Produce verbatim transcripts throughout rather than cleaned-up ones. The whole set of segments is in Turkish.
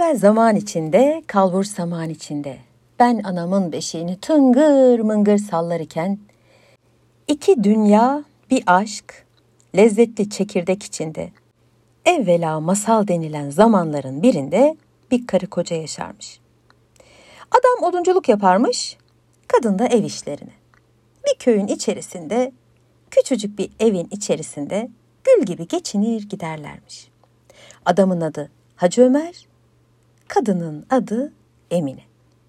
Evvel zaman içinde, kalbur saman içinde, ben anamın beşiğini tıngır mıngır sallar iken, iki dünya bir aşk, lezzetli çekirdek içinde, evvela masal denilen zamanların birinde bir karı koca yaşarmış. Adam odunculuk yaparmış, kadın da ev işlerini. Bir köyün içerisinde, küçücük bir evin içerisinde gül gibi geçinir giderlermiş. Adamın adı Hacı Ömer, kadının adı Emine.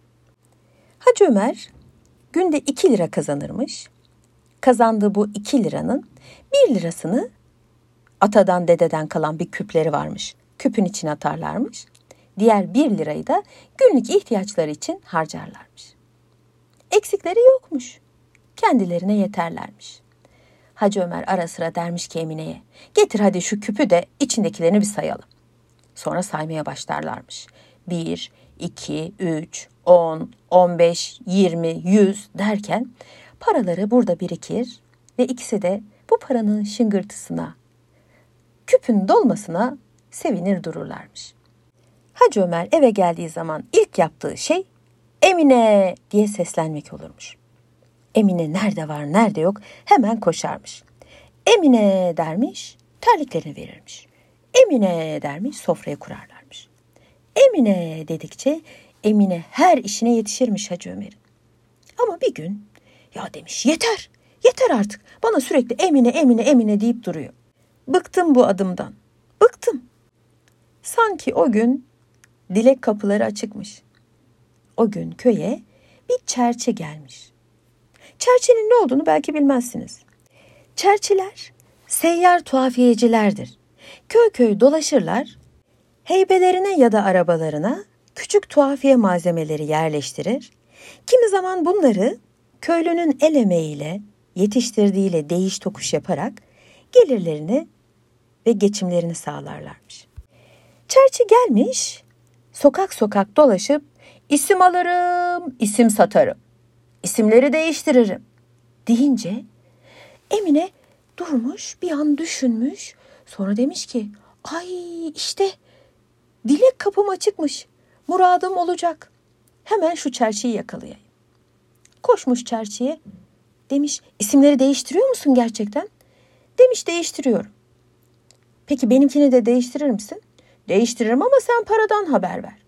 Hacı Ömer günde iki lira kazanırmış. Kazandığı bu iki liranın bir lirasını atadan dededen kalan bir küpleri varmış. Küpün içine atarlarmış. Diğer bir lirayı da günlük ihtiyaçları için harcarlarmış. Eksikleri yokmuş. Kendilerine yeterlermiş. Hacı Ömer ara sıra dermiş ki Emine'ye, getir hadi şu küpü de içindekilerini bir sayalım. Sonra saymaya başlarlarmış. Bir, iki, üç, on, on beş, yirmi, yüz derken paraları burada birikir ve ikisi de bu paranın şıngırtısına, küpün dolmasına sevinir dururlarmış. Hacı Ömer eve geldiği zaman ilk yaptığı şey Emine diye seslenmek olurmuş. Emine nerede var nerede yok hemen koşarmış. Emine dermiş, terliklerini verirmiş. Emine dermiş, sofraya kurarlarmış. Emine dedikçe Emine her işine yetişirmiş Hacı Ömer'in. Ama bir gün ya demiş yeter, yeter artık bana sürekli Emine Emine Emine deyip duruyor. Bıktım bu adımdan, bıktım. Sanki o gün dilek kapıları açıkmış. O gün köye bir çerçi gelmiş. Çerçinin ne olduğunu belki bilmezsiniz. Çerçiler seyyar tuhafiyecilerdir. Köy köy dolaşırlar, heybelerine ya da arabalarına küçük tuhafiye malzemeleri yerleştirir. Kimi zaman bunları köylünün el emeğiyle, yetiştirdiğiyle değiş tokuş yaparak gelirlerini ve geçimlerini sağlarlarmış. Çerçi gelmiş, sokak sokak dolaşıp isim alırım, isim satarım, isimleri değiştiririm deyince Emine durmuş, bir an düşünmüş. Sonra demiş ki, ay işte dilek kapım açıkmış, muradım olacak. Hemen şu çerçiyi yakalayayım. Koşmuş çerçiye, demiş isimleri değiştiriyor musun gerçekten? Demiş değiştiriyorum. Peki benimkini de değiştirir misin? Değiştiririm ama sen paradan haber ver.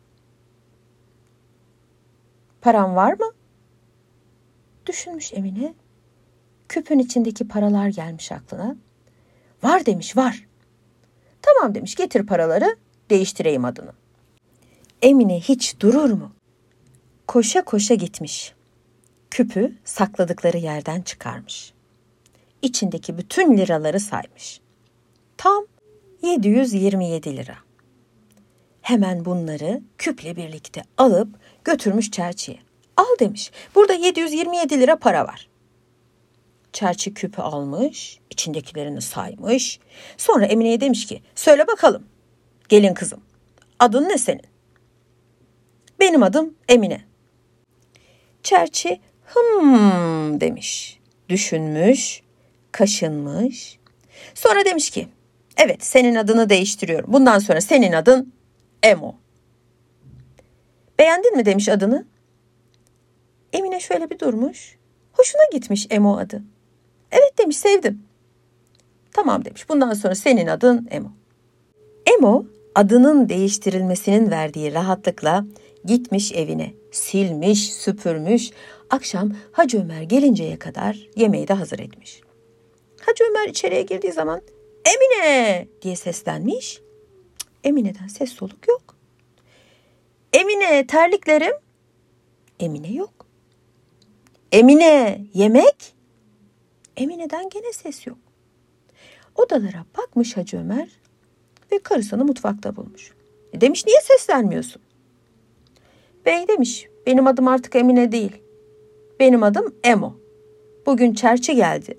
Paran var mı? Düşünmüş Emine. Küpün içindeki paralar gelmiş aklına. Var demiş, var. Tamam demiş, getir paraları, değiştireyim adını. Emine hiç durur mu? Koşa koşa gitmiş. Küpü sakladıkları yerden çıkarmış. İçindeki bütün liraları saymış. Tam yedi yüz yirmi yedi lira. Hemen bunları küple birlikte alıp götürmüş çerçiye. Al demiş, burada yedi yüz yirmi yedi lira para var. Çerçi küpü almış, içindekilerini saymış. Sonra Emine'ye demiş ki, söyle bakalım, gelin kızım, adın ne senin? Benim adım Emine. Çerçi hımm demiş, düşünmüş, kaşınmış. Sonra demiş ki, evet senin adını değiştiriyorum. Bundan sonra senin adın Emo. Beğendin mi demiş adını? Emine şöyle bir durmuş. Hoşuna gitmiş Emo adı. Evet demiş, sevdim. Tamam demiş, bundan sonra senin adın Emo. Emo adının değiştirilmesinin verdiği rahatlıkla gitmiş evine. Silmiş, süpürmüş. Akşam Hacı Ömer gelinceye kadar yemeği de hazır etmiş. Hacı Ömer içeriye girdiği zaman Emine diye seslenmiş. Cık, Emine'den ses soluk yok. Emine terliklerim. Emine yok. Emine yemek. Emine'den gene ses yok. Odalara bakmış Hacı Ömer ve karısını mutfakta bulmuş. E demiş niye seslenmiyorsun? Bey demiş benim adım artık Emine değil. Benim adım Emo. Bugün çerçi geldi.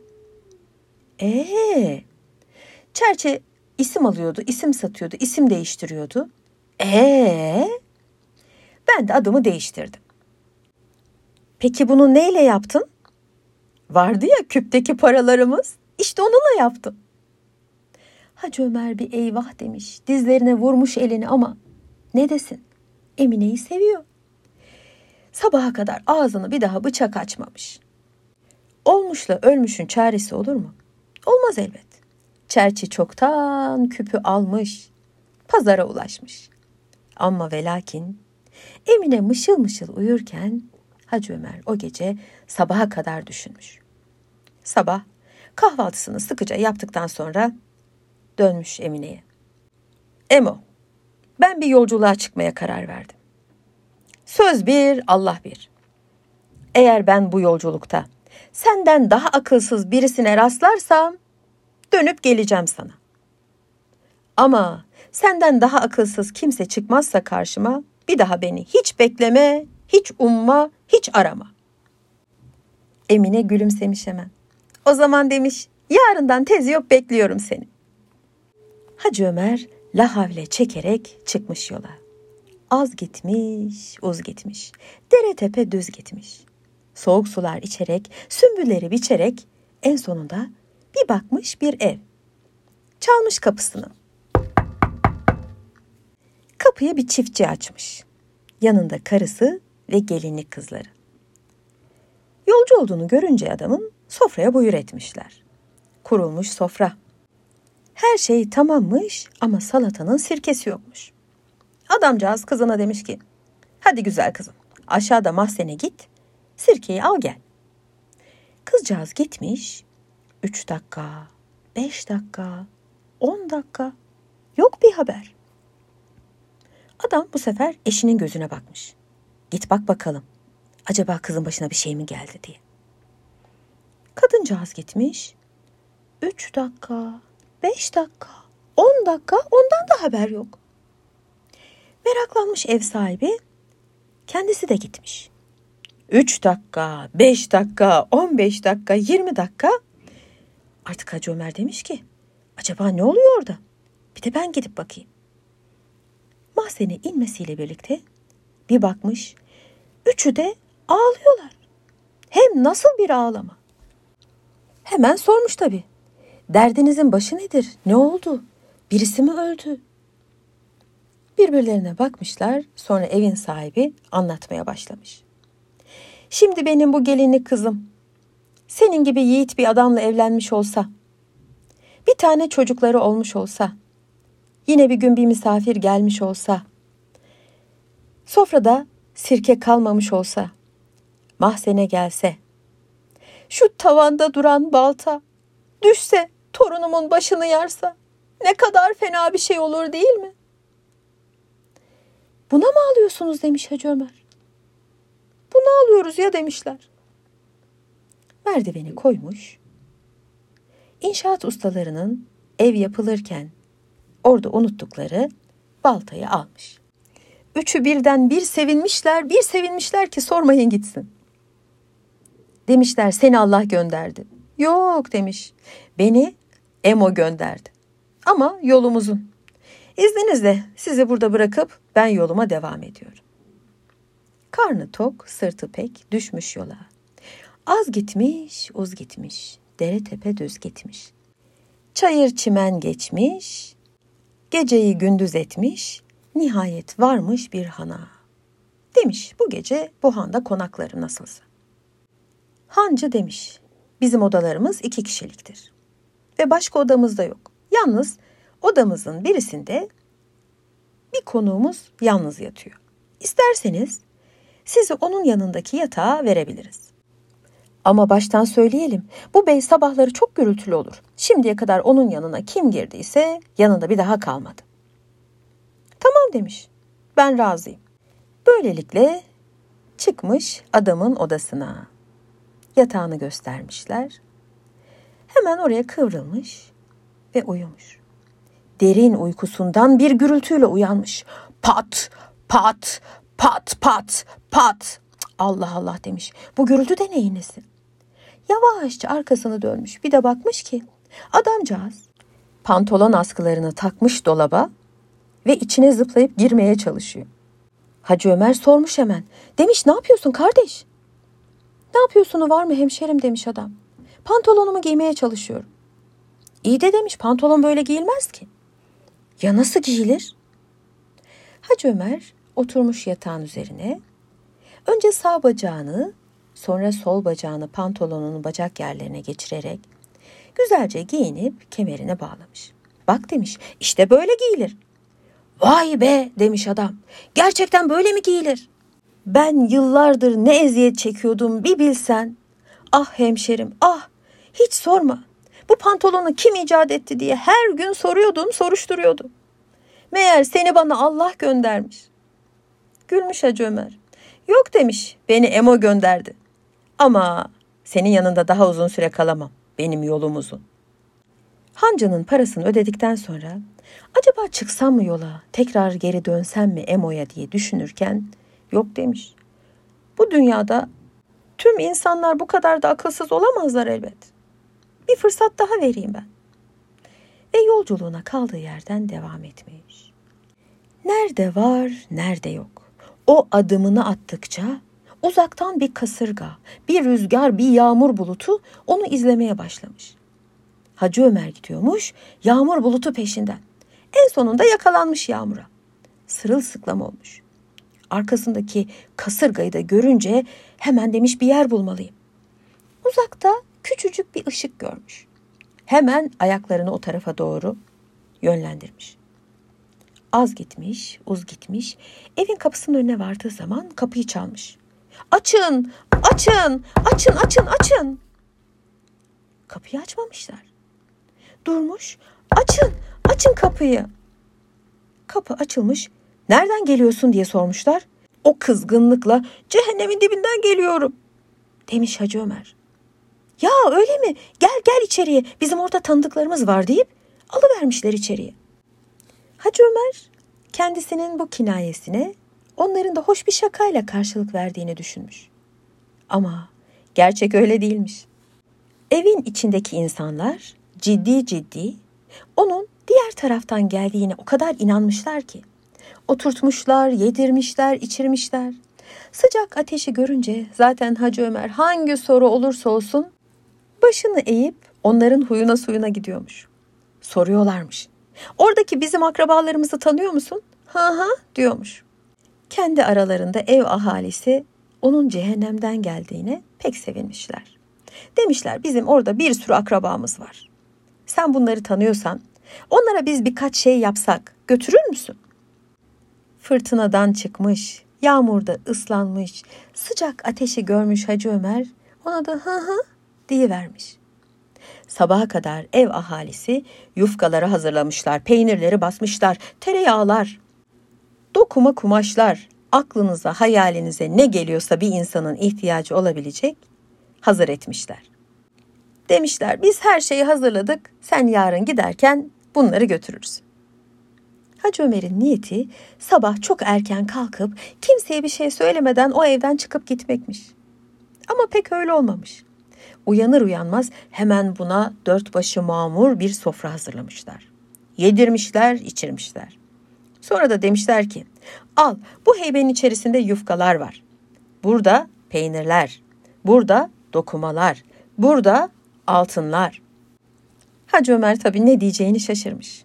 Eee? Çerçi isim alıyordu, isim satıyordu, isim değiştiriyordu. Eee? Ben de adımı değiştirdim. Peki bunu neyle yaptın? Vardı ya küpteki paralarımız. İşte onunla yaptım. Hacı Ömer bir eyvah demiş. Dizlerine vurmuş elini ama ne desin? Emine'yi seviyor. Sabaha kadar ağzını bir daha bıçak açmamış. Olmuşla ölmüşün çaresi olur mu? Olmaz elbet. Çerçi çoktan küpü almış, pazara ulaşmış. Ama ve lakin Emine mışıl mışıl uyurken Hacı Ömer o gece sabaha kadar düşünmüş. Sabah kahvaltısını sıkıca yaptıktan sonra dönmüş Emine'ye. Emo, ben bir yolculuğa çıkmaya karar verdim. Söz bir, Allah bir. Eğer ben bu yolculukta senden daha akılsız birisine rastlarsam dönüp geleceğim sana. Ama senden daha akılsız kimse çıkmazsa karşıma bir daha beni hiç bekleme, hiç umma, hiç arama. Emine gülümsemiş hemen. O zaman demiş, yarından tezi yok bekliyorum seni. Hacı Ömer la havle çekerek çıkmış yola. Az gitmiş, uz gitmiş, dere tepe düz gitmiş. Soğuk sular içerek, sümbülleri biçerek en sonunda bir bakmış bir ev. Çalmış kapısını. Kapıyı bir çiftçi açmış. Yanında karısı ve gelinlik kızları. Yolcu olduğunu görünce adamın sofraya buyur etmişler. Kurulmuş sofra. Her şey tamammış ama salatanın sirkesi yokmuş. Adamcağız kızına demiş ki, hadi güzel kızım, aşağıda mahzene git, sirkeyi al gel. Kızcağız gitmiş, üç dakika, beş dakika, on dakika, yok bir haber. Adam bu sefer eşinin gözüne bakmış. Git bak bakalım, acaba kızın başına bir şey mi geldi diye. Kadıncağız gitmiş, üç dakika, beş dakika, on dakika, ondan da haber yok. Meraklanmış ev sahibi, kendisi de gitmiş. Üç dakika, beş dakika, on beş dakika, yirmi dakika. Artık Hacı Ömer demiş ki, acaba ne oluyor orada? Bir de ben gidip bakayım. Mahzene inmesiyle birlikte bir bakmış, üçü de ağlıyorlar. Hem nasıl bir ağlama? Hemen sormuş tabii. Derdinizin başı nedir? Ne oldu? Birisi mi öldü? Birbirlerine bakmışlar, sonra evin sahibi anlatmaya başlamış. Şimdi benim bu gelinlik kızım, senin gibi yiğit bir adamla evlenmiş olsa, bir tane çocukları olmuş olsa, yine bir gün bir misafir gelmiş olsa, sofrada sirke kalmamış olsa, mahzene gelse, şu tavanda duran balta düşse, torunumun başını yarsa, ne kadar fena bir şey olur değil mi? Buna mı ağlıyorsunuz demiş Hacı Ömer. Buna ağlıyoruz ya demişler. Merdiveni koymuş. İnşaat ustalarının ev yapılırken orada unuttukları baltayı almış. Üçü birden bir sevinmişler, bir sevinmişler ki sormayın gitsin. Demişler seni Allah gönderdi. Yok demiş, beni Emo gönderdi. Ama yolumuzun. İzninizle sizi burada bırakıp ben yoluma devam ediyorum. Karnı tok, sırtı pek düşmüş yola. Az gitmiş, uz gitmiş, dere tepe düz gitmiş. Çayır çimen geçmiş, geceyi gündüz etmiş, nihayet varmış bir hana. Demiş bu gece bu handa konakları nasılsa. Hancı demiş, bizim odalarımız iki kişiliktir. Ve başka odamız da yok. Yalnız odamızın birisinde bir konuğumuz yalnız yatıyor. İsterseniz sizi onun yanındaki yatağa verebiliriz. Ama baştan söyleyelim, bu bey sabahları çok gürültülü olur. Şimdiye kadar onun yanına kim girdiyse yanında bir daha kalmadı. Tamam demiş, ben razıyım. Böylelikle çıkmış adamın odasına. Yatağını göstermişler. Hemen oraya kıvrılmış ve uyumuş. Derin uykusundan bir gürültüyle uyanmış. Pat, pat, pat, pat, pat. Allah Allah demiş. Bu gürültü de neyin nesi? Yavaşça arkasını dönmüş. Bir de bakmış ki adamcağız pantolon askılarını takmış dolaba ve içine zıplayıp girmeye çalışıyor. Hacı Ömer sormuş hemen. Demiş ne yapıyorsun kardeş? Ne yapıyorsunu var mı hemşerim demiş adam. Pantolonumu giymeye çalışıyorum. İyi de demiş pantolon böyle giyilmez ki. Ya nasıl giyilir? Hacı Ömer oturmuş yatağın üzerine. Önce sağ bacağını, sonra sol bacağını pantolonunun bacak yerlerine geçirerek güzelce giyinip kemerine bağlamış. Bak demiş, işte böyle giyilir. Vay be demiş adam, gerçekten böyle mi giyilir? Ben yıllardır ne eziyet çekiyordum bir bilsen. Ah hemşerim, ah, hiç sorma. Bu pantolonu kim icat etti diye her gün soruyordum, soruşturuyordum. Meğer seni bana Allah göndermiş. Gülmüş Hacı Ömer. Yok demiş, beni Emo gönderdi. Ama senin yanında daha uzun süre kalamam. Benim yolum uzun. Hancının parasını ödedikten sonra acaba çıksam mı yola, tekrar geri dönsem mi Emo'ya diye düşünürken yok demiş. Bu dünyada tüm insanlar bu kadar da akılsız olamazlar elbet. Bir fırsat daha vereyim ben. Ve yolculuğuna kaldığı yerden devam etmiş. Nerede var, nerede yok. O adımını attıkça uzaktan bir kasırga, bir rüzgar, bir yağmur bulutu onu izlemeye başlamış. Hacı Ömer gidiyormuş, yağmur bulutu peşinden. En sonunda yakalanmış yağmura. Sırılsıklam olmuş. Arkasındaki kasırgayı da görünce hemen demiş bir yer bulmalıyım. Uzakta küçücük bir ışık görmüş. Hemen ayaklarını o tarafa doğru yönlendirmiş. Az gitmiş, uz gitmiş. Evin kapısının önüne vardığı zaman kapıyı çalmış. Açın, açın, açın, açın, açın. Kapıyı açmamışlar. Durmuş, açın, açın kapıyı. Kapı açılmış. Nereden geliyorsun diye sormuşlar. O kızgınlıkla cehennemin dibinden geliyorum demiş Hacı Ömer. Ya öyle mi? Gel gel içeriye. Bizim orada tanıdıklarımız var deyip alıvermişler içeriye. Hacı Ömer kendisinin bu kinayesine onların da hoş bir şakayla karşılık verdiğini düşünmüş. Ama gerçek öyle değilmiş. Evin içindeki insanlar ciddi ciddi onun diğer taraftan geldiğine o kadar inanmışlar ki oturtmuşlar, yedirmişler, içirmişler. Sıcak ateşi görünce zaten Hacı Ömer hangi soru olursa olsun başını eğip onların huyuna suyuna gidiyormuş. Soruyorlarmış. Oradaki bizim akrabalarımızı tanıyor musun? Hı hı diyormuş. Kendi aralarında ev ahalisi onun cehennemden geldiğine pek sevinmişler. Demişler bizim orada bir sürü akrabamız var. Sen bunları tanıyorsan onlara biz birkaç şey yapsak götürür müsün? Fırtınadan çıkmış, yağmurda ıslanmış, sıcak ateşi görmüş Hacı Ömer ona da hı hı diyivermiş. Sabaha kadar ev ahalisi yufkaları hazırlamışlar, peynirleri basmışlar, tereyağlar, dokuma kumaşlar, aklınıza, hayalinize ne geliyorsa bir insanın ihtiyacı olabilecek hazır etmişler. Demişler biz her şeyi hazırladık, sen yarın giderken bunları götürürsün. Hacı Ömer'in niyeti sabah çok erken kalkıp kimseye bir şey söylemeden o evden çıkıp gitmekmiş. Ama pek öyle olmamış. Uyanır uyanmaz hemen buna dört başı mamur bir sofra hazırlamışlar. Yedirmişler, içirmişler. Sonra da demişler ki, al bu heybenin içerisinde yufkalar var. Burada peynirler, burada dokumalar, burada altınlar. Hacı Ömer tabii ne diyeceğini şaşırmış.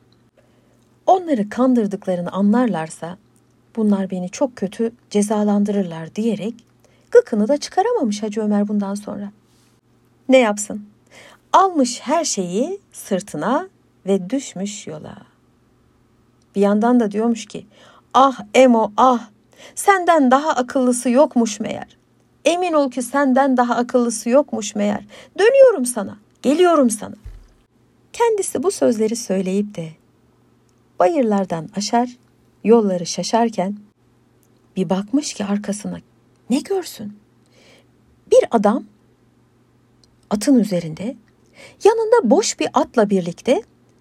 Onları kandırdıklarını anlarlarsa bunlar beni çok kötü cezalandırırlar diyerek gıkını da çıkaramamış Hacı Ömer bundan sonra. Ne yapsın? Almış her şeyi sırtına ve düşmüş yola. Bir yandan da diyormuş ki, ah Emo ah, senden daha akıllısı yokmuş meğer. Emin ol ki senden daha akıllısı yokmuş meğer. Dönüyorum sana, geliyorum sana. Kendisi bu sözleri söyleyip de bayırlardan aşar, yolları şaşarken bir bakmış ki arkasına ne görsün? Bir adam atın üzerinde, yanında boş bir atla birlikte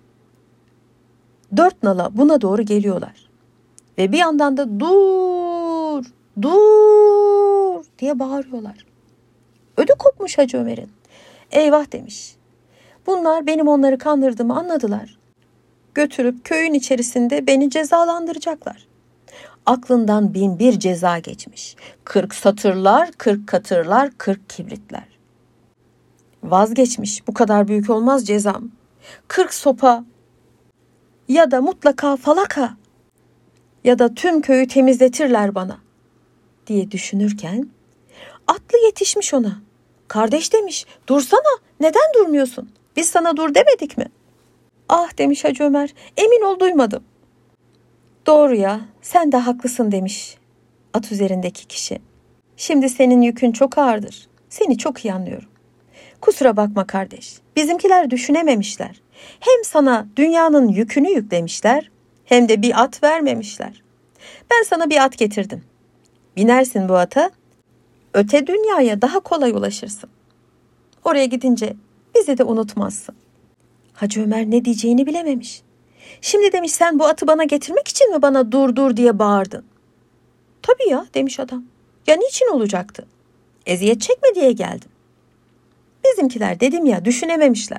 dört nala buna doğru geliyorlar. Ve bir yandan da dur, dur diye bağırıyorlar. Ödü kopmuş Hacı Ömer'in. Eyvah demiş. Bunlar benim onları kandırdığımı anladılar. Götürüp köyün içerisinde beni cezalandıracaklar. Aklından bin bir ceza geçmiş. Kırk satırlar, kırk katırlar, kırk kibritler. Vazgeçmiş, bu kadar büyük olmaz cezam. Kırk sopa ya da mutlaka falaka. ya da tüm köyü temizletirler bana diye düşünürken atlı yetişmiş ona. Kardeş demiş, dursana, neden durmuyorsun? Biz sana dur demedik mi? Ah demiş Hacı Ömer, emin ol duymadım. Doğru ya, sen de haklısın demiş at üzerindeki kişi. Şimdi senin yükün çok ağırdır. Seni çok iyi anlıyorum. Kusura bakma kardeş, bizimkiler düşünememişler. Hem sana dünyanın yükünü yüklemişler, hem de bir at vermemişler. Ben sana bir at getirdim. Binersin bu ata, öte dünyaya daha kolay ulaşırsın. Oraya gidince bizi de unutmazsın. Hacı Ömer ne diyeceğini bilememiş. Şimdi demiş, sen bu atı bana getirmek için mi bana dur dur diye bağırdın? Tabii ya demiş adam. Ya niçin olacaktı? Eziyet çekme diye geldim. Bizimkiler dedim ya düşünememişler.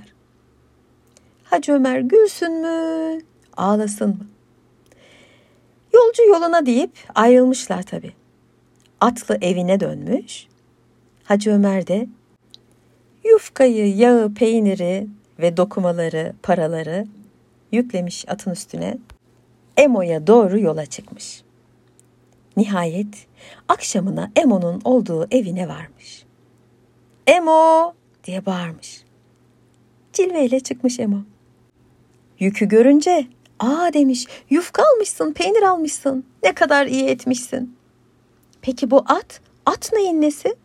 Hacı Ömer gülsün mü, ağlasın mı? Yolcu yoluna deyip ayrılmışlar tabii. Atlı evine dönmüş. Hacı Ömer de yufkayı, yağı, peyniri ve dokumaları, paraları yüklemiş atın üstüne. Emo'ya doğru yola çıkmış. Nihayet akşamına Emo'nun olduğu evine varmış. Emo diye bağırmış. Cilveyle çıkmış Emo. Yükü görünce, aa demiş, yufka almışsın, peynir almışsın. Ne kadar iyi etmişsin. Peki bu at, at neyin nesi?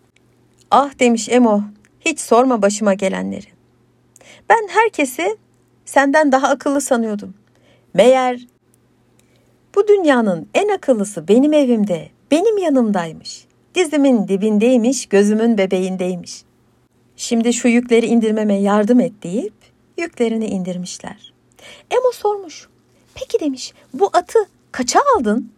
Ah demiş Emo, hiç sorma başıma gelenleri. Ben herkesi senden daha akıllı sanıyordum. Meğer bu dünyanın en akıllısı benim evimde, benim yanımdaymış. Dizimin dibindeymiş, gözümün bebeğindeymiş. Şimdi şu yükleri indirmeme yardım et deyip yüklerini indirmişler. Emo sormuş. Peki demiş, bu atı kaça aldın?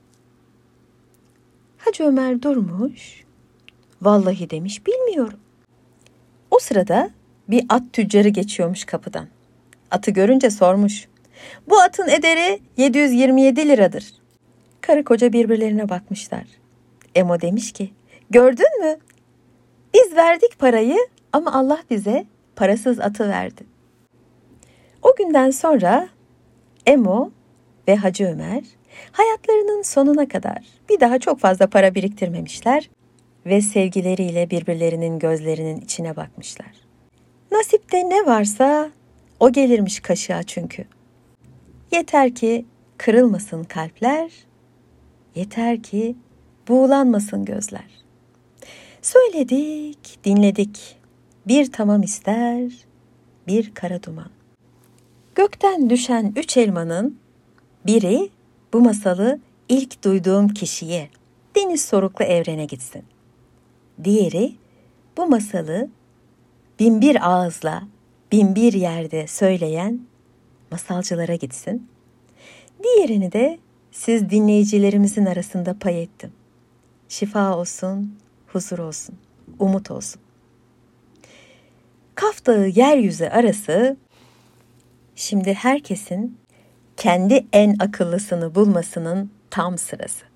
Hacı Ömer durmuş. Vallahi demiş, bilmiyorum. O sırada bir at tüccarı geçiyormuş kapıdan. Atı görünce sormuş. Bu atın ederi yedi yüz yirmi yedi liradır. Karı koca birbirlerine bakmışlar. Emo demiş ki, gördün mü? Biz verdik parayı ama Allah bize parasız atı verdi. O günden sonra Emo ve Hacı Ömer hayatlarının sonuna kadar bir daha çok fazla para biriktirmemişler ve sevgileriyle birbirlerinin gözlerinin içine bakmışlar. Nasipte ne varsa o gelirmiş kaşığa çünkü. Yeter ki kırılmasın kalpler, yeter ki buğulanmasın gözler. Söyledik, dinledik. Bir tamam ister, bir kara duman. Gökten düşen üç elmanın biri bu masalı ilk duyduğum kişiye, Deniz Soruklu Evren'e gitsin. Diğeri bu masalı binbir ağızla, binbir yerde söyleyen masalcılara gitsin. Diğerini de siz dinleyicilerimizin arasında pay ettim. Şifa olsun, huzur olsun, umut olsun. Kaf Dağı yeryüzü arası şimdi herkesin kendi en akıllısını bulmasının tam sırası.